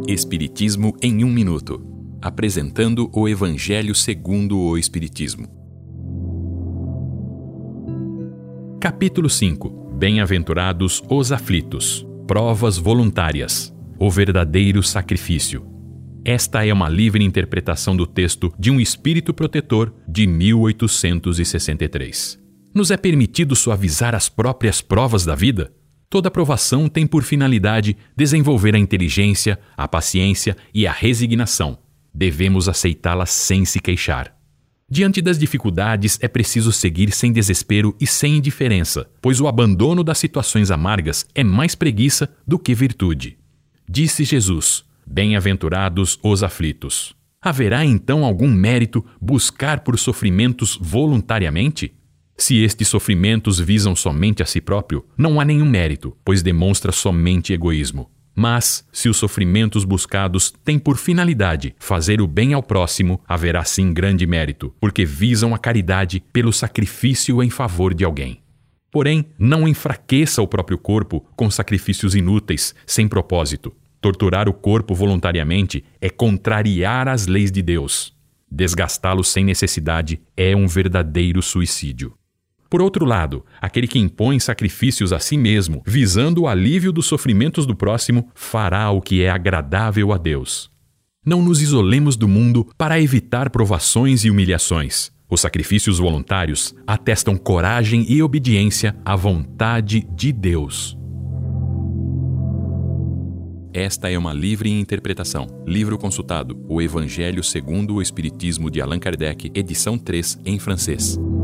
Espiritismo em 1 minuto. Apresentando o Evangelho segundo o Espiritismo. Capítulo 5. Bem-aventurados os aflitos. Provas voluntárias. O verdadeiro sacrifício. Esta é uma livre interpretação do texto de Um Espírito Protetor, de 1863. Nos é permitido suavizar as próprias provas da vida? Toda provação tem por finalidade desenvolver a inteligência, a paciência e a resignação. Devemos aceitá-la sem se queixar. Diante das dificuldades é preciso seguir sem desespero e sem indiferença, pois o abandono das situações amargas é mais preguiça do que virtude. Disse Jesus: bem-aventurados os aflitos. Haverá então algum mérito buscar por sofrimentos voluntariamente? Se estes sofrimentos visam somente a si próprio, não há nenhum mérito, pois demonstra somente egoísmo. Mas, se os sofrimentos buscados têm por finalidade fazer o bem ao próximo, haverá sim grande mérito, porque visam a caridade pelo sacrifício em favor de alguém. Porém, não enfraqueça o próprio corpo com sacrifícios inúteis, sem propósito. Torturar o corpo voluntariamente é contrariar as leis de Deus. Desgastá-lo sem necessidade é um verdadeiro suicídio. Por outro lado, aquele que impõe sacrifícios a si mesmo, visando o alívio dos sofrimentos do próximo, fará o que é agradável a Deus. Não nos isolemos do mundo para evitar provações e humilhações. Os sacrifícios voluntários atestam coragem e obediência à vontade de Deus. Esta é uma livre interpretação. Livro consultado: O Evangelho segundo o Espiritismo de Allan Kardec, edição 3, em francês.